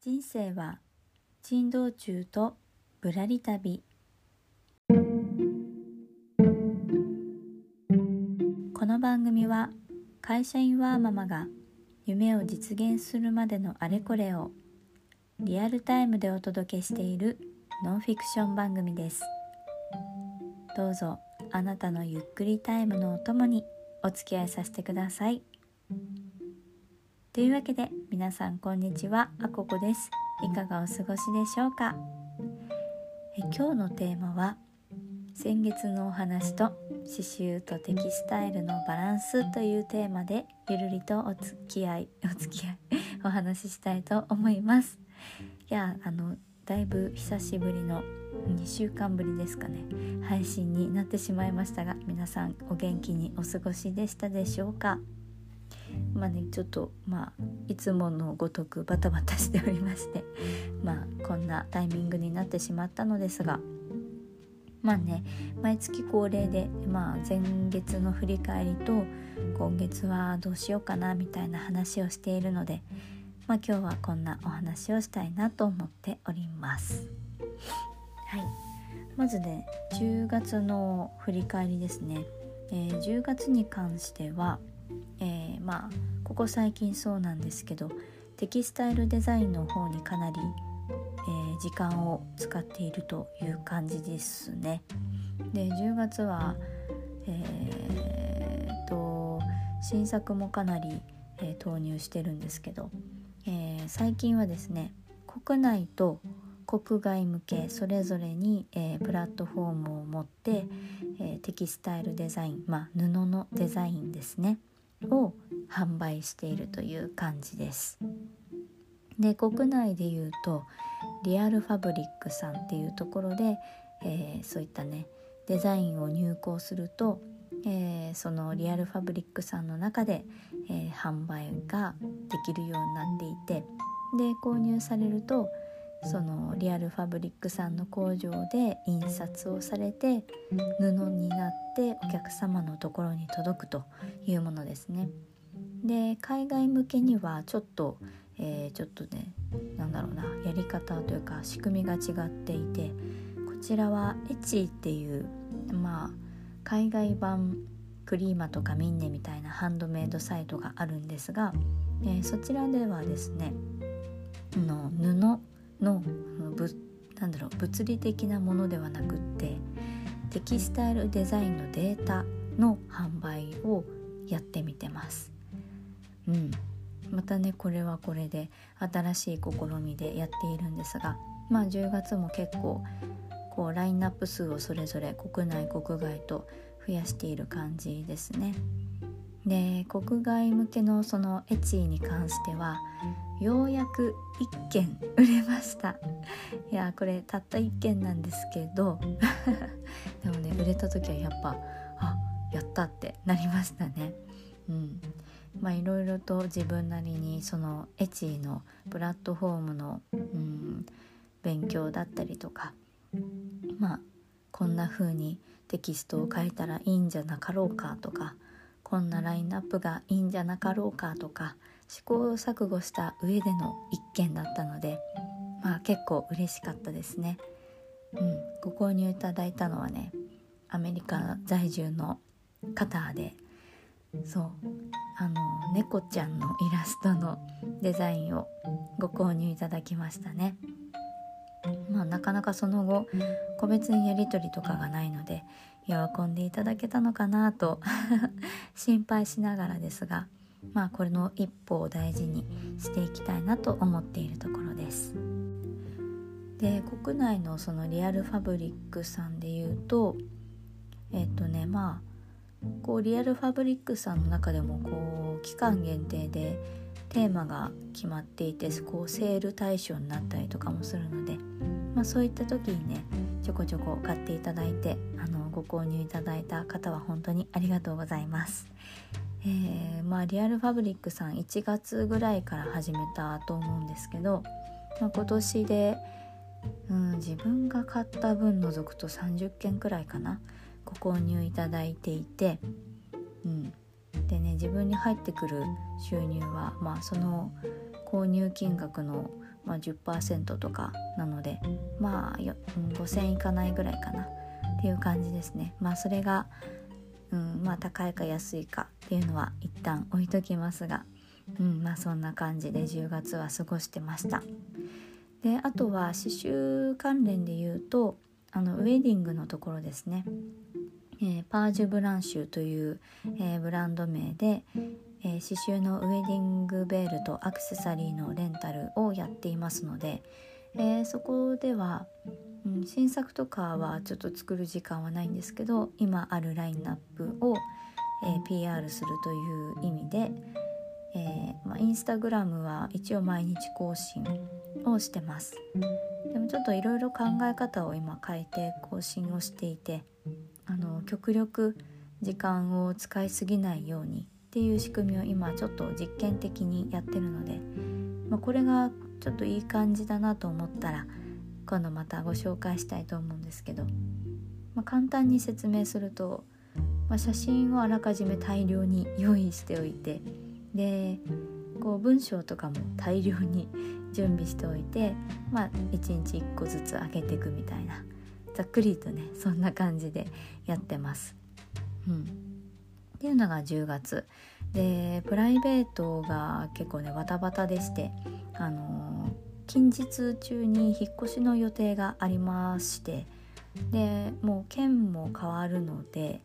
人生は珍道中とぶらり旅。この番組は会社員ワーママが夢を実現するまでのあれこれをリアルタイムでお届けしているノンフィクション番組です。どうぞあなたのゆっくりタイムのお供にお付き合いさせてください。というわけで皆さんこんにちは、あここです。いかがお過ごしでしょうか。今日のテーマは先月のお話と刺繍とテキスタイルのバランスというテーマでゆるりとお付き合いお話ししたいと思います。いやだいぶ久しぶりの2週間ぶりですかね、配信になってしまいましたが、皆さんお元気にお過ごしでしたでしょうか。ちょっといつものごとくバタバタしておりまして、こんなタイミングになってしまったのですが、毎月恒例で、前月の振り返りと今月はどうしようかなみたいな話をしているので、今日はこんなお話をしたいなと思っております。はい、まずね、10月の振り返りですね。10月に関しては、ここ最近そうなんですけど、テキスタイルデザインの方にかなり、時間を使っているという感じですね。で、10月は、新作もかなり、投入してるんですけど、最近はですね、国内と国外向けそれぞれに、プラットフォームを持って、テキスタイルデザイン、布のデザインですねを販売しているという感じです。で、国内でいうとリアルファブリックさんっていうところで、そういったねデザインを入稿すると、そのリアルファブリックさんの中で、販売ができるようになっていて、で購入されるとそのリアルファブリックさんの工場で印刷をされて布になってお客様のところに届くというものですね。で、海外向けにはちょっとね、やり方というか仕組みが違っていて、こちらはエチっていう、海外版クリーマとかミンネみたいなハンドメイドサイトがあるんですが、そちらではですね、布の物理的なものではなくって、テキスタイルデザインのデータの販売をやってみてます。またね、これはこれで新しい試みでやっているんですが、10月も結構ラインナップ数をそれぞれ国内国外と増やしている感じですね。で、国外向けのそのエチに関してはようやく1件売れました。いや、これたった1件なんですけどでもね、売れた時はやっぱやったってなりましたね。いろいろと自分なりにそのエチのプラットフォームの、勉強だったりとか、こんな風にテキストを書いたらいいんじゃなかろうかとか、こんなラインナップがいいんじゃなかろうかとか試行錯誤した上での一件だったので、結構嬉しかったですね。ご購入いただいたのはね、アメリカ在住の方で、猫ちゃんのイラストのデザインをご購入いただきましたね。なかなかその後個別にやり取りとかがないので喜んでいただけたのかなと心配しながらですが、これの一歩を大事にしていきたいなと思っているところです。で、国内のそのリアルファブリックさんでいうと、リアルファブリックさんの中でも期間限定でテーマが決まっていて、セール対象になったりとかもするので、そういった時にね、ちょこちょこ買っていただいてご購入いただいた方は本当にありがとうございます。リアルファブリックさん1月ぐらいから始めたと思うんですけど、今年で、自分が買った分除くと30件くらいかな、ご購入いただいていて、でね、自分に入ってくる収入は、その購入金額の、10% とかなので、5000円いかないぐらいかなっていう感じですね。それが、高いか安いかっていうのは一旦置いときますが、そんな感じで10月は過ごしてました。で、あとは刺繍関連で言うとウェディングのところですね、パージュブランシュという、ブランド名で、刺繍のウェディングベールとアクセサリーのレンタルをやっていますので、そこでは、新作とかはちょっと作る時間はないんですけど、今あるラインナップを、PR するという意味で、インスタグラムは一応毎日更新をしてます。でもちょっといろいろ考え方を今変えて更新をしていて、極力時間を使いすぎないようにっていう仕組みを今ちょっと実験的にやってるので、これがちょっといい感じだなと思ったら今度またご紹介したいと思うんですけど、簡単に説明すると、写真をあらかじめ大量に用意しておいて、で文章とかも大量に準備しておいて、1日1個ずつ上げていくみたいな、ざっくりとねそんな感じでやってます。っていうのが10月で、プライベートが結構ねバタバタでして、近日中に引っ越しの予定がありまして、でもう県も変わるので、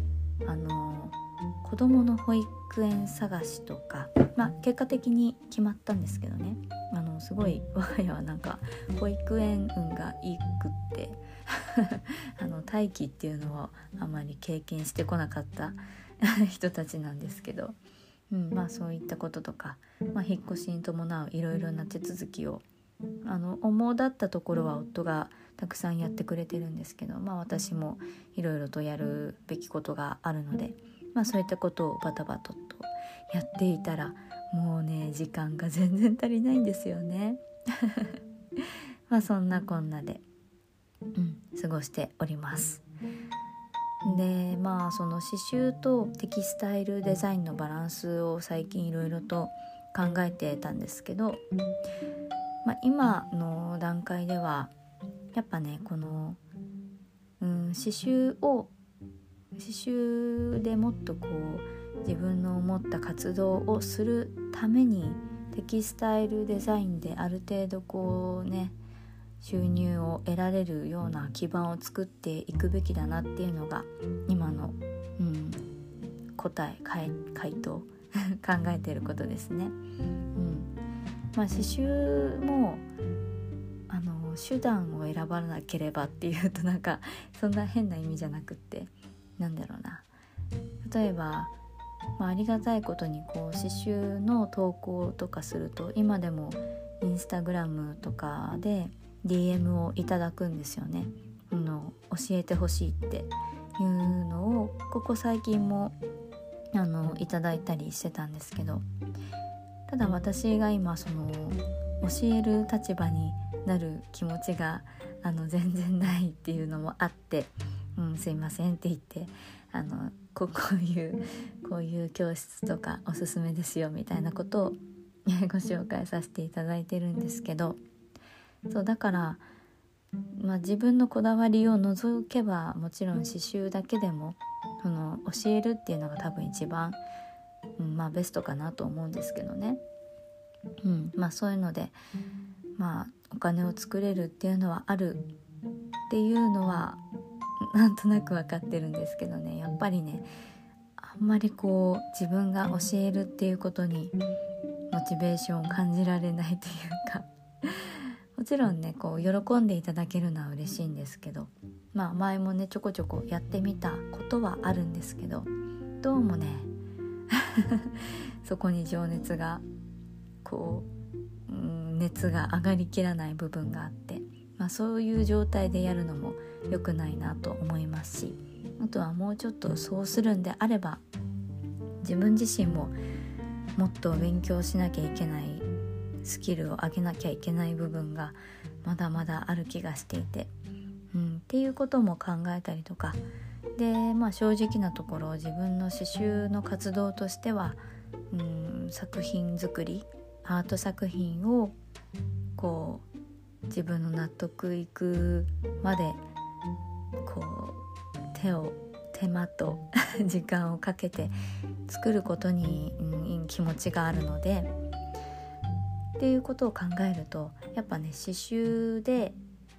子どもの保育園探しとか、結果的に決まったんですけどね、すごい我が家はなんか保育園運がいいくって待機っていうのはあまり経験してこなかった人たちなんですけど、そういったこととか、引っ越しに伴ういろいろな手続きを主だったところは夫がたくさんやってくれてるんですけど、私もいろいろとやるべきことがあるので、そういったことをバタバタとやっていたら、もうね時間が全然足りないんですよねそんなこんなで、過ごしております。でその刺繍とテキスタイルデザインのバランスを最近いろいろと考えてたんですけど、今の段階ではやっぱねこの、刺繍でもっと自分の思った活動をするためにテキスタイルデザインである程度収入を得られるような基盤を作っていくべきだなっていうのが今の、回答考えていることですね。刺繍も手段を選ばなければっていうとなんかそんな変な意味じゃなくって、例えば、ありがたいことに刺繍の投稿とかすると今でもインスタグラムとかで DM をいただくんですよね。教えてほしいっていうのをここ最近もいただいたりしてたんですけど、ただ私が今教える立場になる気持ちが全然ないっていうのもあって、すいませんって言ってこういう教室とかおすすめですよみたいなことをご紹介させていただいてるんですけど、そうだから、自分のこだわりを除けばもちろん刺繍だけでも教えるっていうのが多分一番、ベストかなと思うんですけどね。そういうのでお金を作れるっていうのはあるっていうのはなんとなく分かってるんですけどね、やっぱりねあんまり自分が教えるっていうことにモチベーションを感じられないというかもちろんね喜んでいただけるのは嬉しいんですけど、前もねちょこちょこやってみたことはあるんですけど、どうもねそこに情熱が熱が上がりきらない部分があって、そういう状態でやるのも良くないなと思いますし、あとはもうちょっとそうするんであれば自分自身ももっと勉強しなきゃいけないスキルを上げなきゃいけない部分がまだまだある気がしていて、っていうことも考えたりとかで、正直なところ自分の刺繍の活動としては、作品作りアート作品をこう自分の納得いくまでこう手間と時間をかけて作ることに、気持ちがあるのでっていうことを考えると、やっぱね刺繍で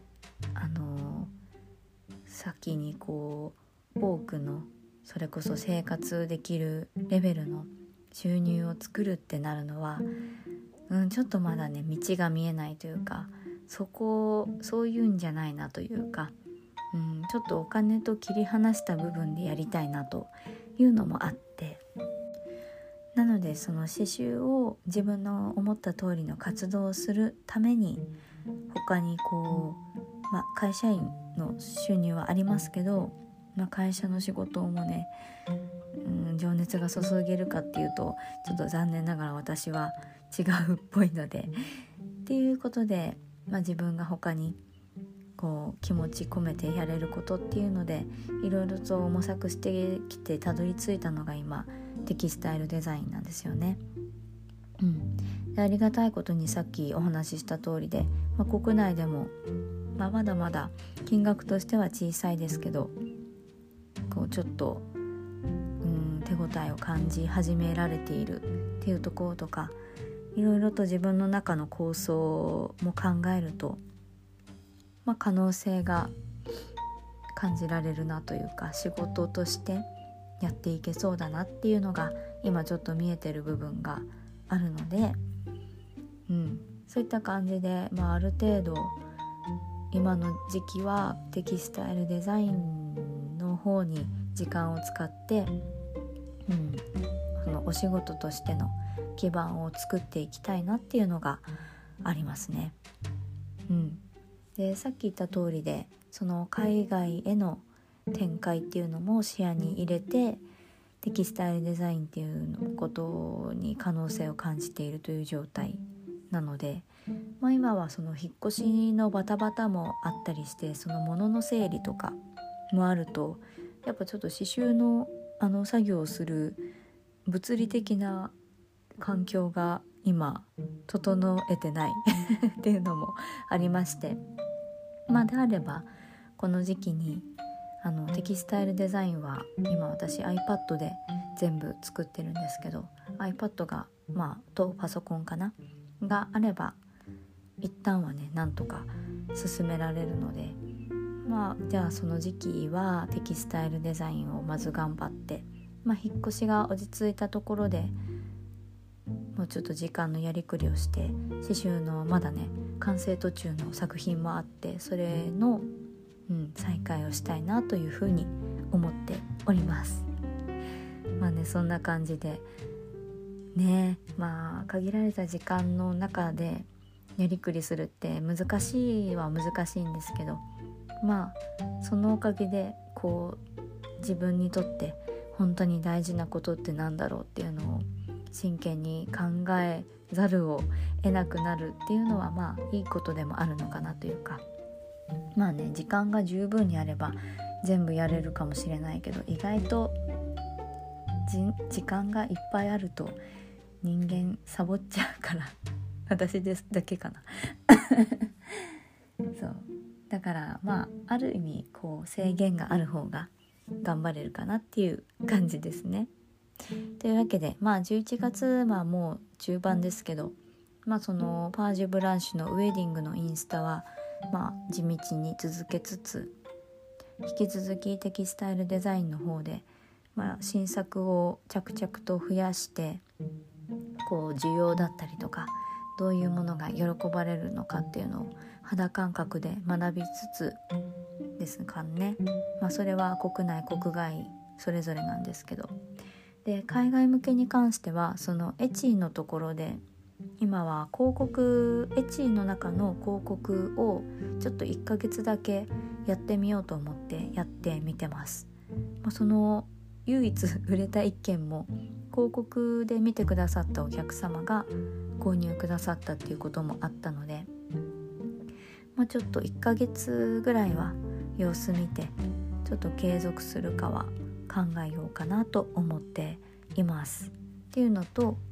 先にこう多くのそれこそ生活できるレベルの収入を作るってなるのは、ちょっとまだね道が見えないというか、そういうんじゃないなというか、ちょっとお金と切り離した部分でやりたいなというのもあって、なのでその刺繍を自分の思った通りの活動をするために他にこう、会社員の収入はありますけど、会社の仕事もね、情熱が注げるかっていうとちょっと残念ながら私は違うっぽいのでっていうことで、自分が他にこう気持ち込めてやれることっていうのでいろいろと模索してきてたどり着いたのが今テキスタイルデザインなんですよね。でありがたいことにさっきお話しした通りで、国内でも、まだまだ金額としては小さいですけど、こうちょっと手応えを感じ始められているっていうところとか、いろいろと自分の中の構想も考えると、可能性が感じられるなというか、仕事としてやっていけそうだなっていうのが今ちょっと見えてる部分があるので、そういった感じで、ある程度今の時期はテキスタイルデザインの方に時間を使って、そのお仕事としての基盤を作っていきたいなっていうのがありますね。でさっき言った通りで、その海外への展開っていうのも視野に入れてテキスタイルデザインっていうことに可能性を感じているという状態なので、今はその引っ越しのバタバタもあったりして、その物の整理とかもあると、やっぱちょっと刺繍の作業をする物理的な環境が今整えてないっていうのもありまして、であればこの時期にテキスタイルデザインは今私 iPad で全部作ってるんですけど、 iPad がとパソコンかながあれば一旦はねなんとか進められるので、じゃあその時期はテキスタイルデザインをまず頑張って、引っ越しが落ち着いたところでもうちょっと時間のやりくりをして、刺繍のまだね完成途中の作品もあって、それの、再開をしたいなというふうに思っております。そんな感じでね、限られた時間の中でやりくりするって難しいは難しいんですけど、そのおかげでこう自分にとって本当に大事なことってなんだろうっていうのを真剣に考えざるを得なくなるっていうのはいいことでもあるのかなというか、時間が十分にあれば全部やれるかもしれないけど、意外と時間がいっぱいあると人間サボっちゃうから私だけかなそうだからある意味こう制限がある方が頑張れるかなっていう感じですね。というわけで11月もう中盤ですけど、そのパージュブランシュのウェディングのインスタは地道に続けつつ、引き続きテキスタイルデザインの方で、新作を着々と増やして、こう需要だったりとかどういうものが喜ばれるのかっていうのを肌感覚で学びつつですかね。それは国内国外それぞれなんですけど、で海外向けに関してはそのエチのところで今は広告、エチの中の広告をちょっと1ヶ月だけやってみようと思ってやってみてます。その唯一売れた1件も広告で見てくださったお客様が購入くださったっていうこともあったので、ちょっと1ヶ月ぐらいは様子見てちょっと継続するかは考えようかなと思っていますっていうのと、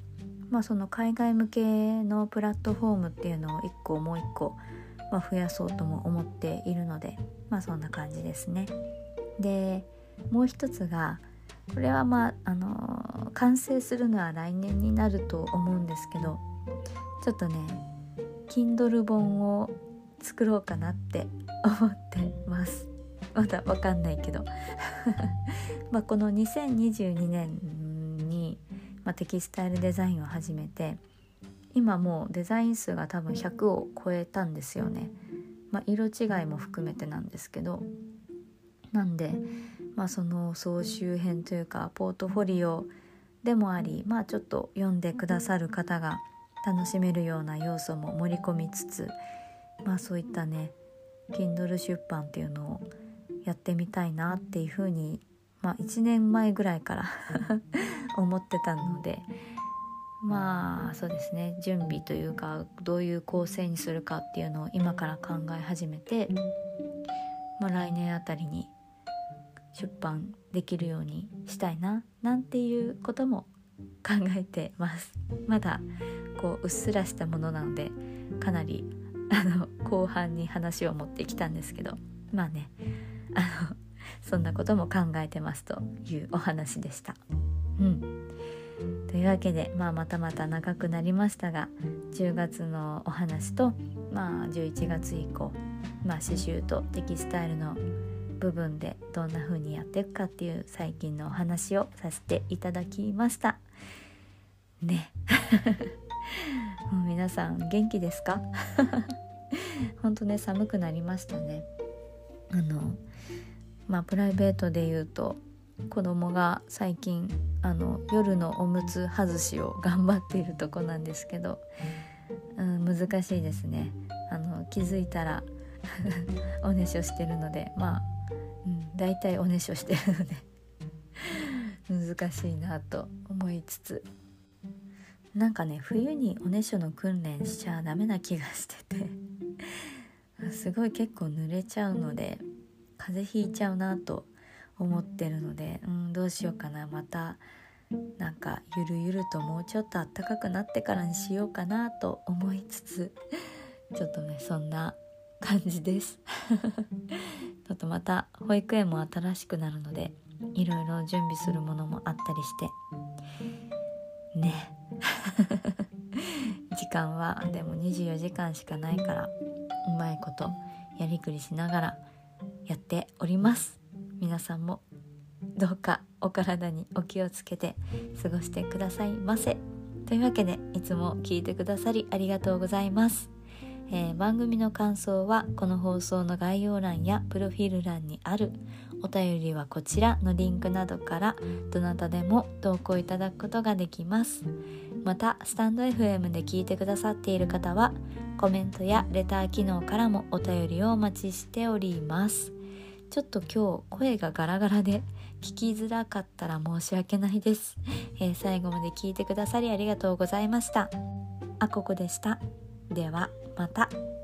その海外向けのプラットフォームっていうのをもう一個、増やそうとも思っているので、そんな感じですね。でもう一つが、これは完成するのは来年になると思うんですけど、ちょっとね Kindle 本を作ろうかなって思ってます。まだわかんないけどこの2022年に、テキスタイルデザインを始めて、今もうデザイン数が多分100を超えたんですよね。色違いも含めてなんですけど、なんで、その総集編というかポートフォリオでもあり、ちょっと読んでくださる方が楽しめるような要素も盛り込みつつ、そういったね Kindle 出版っていうのをやってみたいなっていうふうに、1年前ぐらいから思ってたので、そうですね、準備というかどういう構成にするかっていうのを今から考え始めて、来年あたりに出版できるようにしたいななんていうことも考えてます。まだうっすらしたものなので、かなり後半に話を持ってきたんですけど、そんなことも考えてますというお話でした。というわけで、またまた長くなりましたが、10月のお話と、11月以降、刺繍とテキスタイルの部分でどんな風にやっていくかっていう最近のお話をさせていただきましたね。もう皆さん元気ですか？ほんとね、寒くなりましたね。プライベートで言うと、子供が最近夜のおむつ外しを頑張っているとこなんですけど、難しいですね。気づいたらおねしょしてるので、だいたいおねしょしてるので難しいなと思いつつ、冬におねしょの訓練しちゃダメな気がしててすごい結構濡れちゃうので風邪ひいちゃうなと思ってるので、どうしようかな、またゆるゆるともうちょっと暖かくなってからにしようかなと思いつつ、ちょっとねそんな感じですちょっとまた保育園も新しくなるので、いろいろ準備するものもあったりしてね時間はでも24時間しかないから、うまいことやりくりしながらやっております。皆さんもどうかお体にお気をつけて過ごしてくださいませ。というわけで、いつも聞いてくださりありがとうございます。番組の感想はこの放送の概要欄やプロフィール欄にあるお便りはこちらのリンクなどからどなたでも投稿いただくことができます。またスタンド FM で聞いてくださっている方はコメントやレター機能からもお便りをお待ちしております。ちょっと今日声がガラガラで聞きづらかったら申し訳ないです。最後まで聞いてくださりありがとうございました。あここでした。ではまた。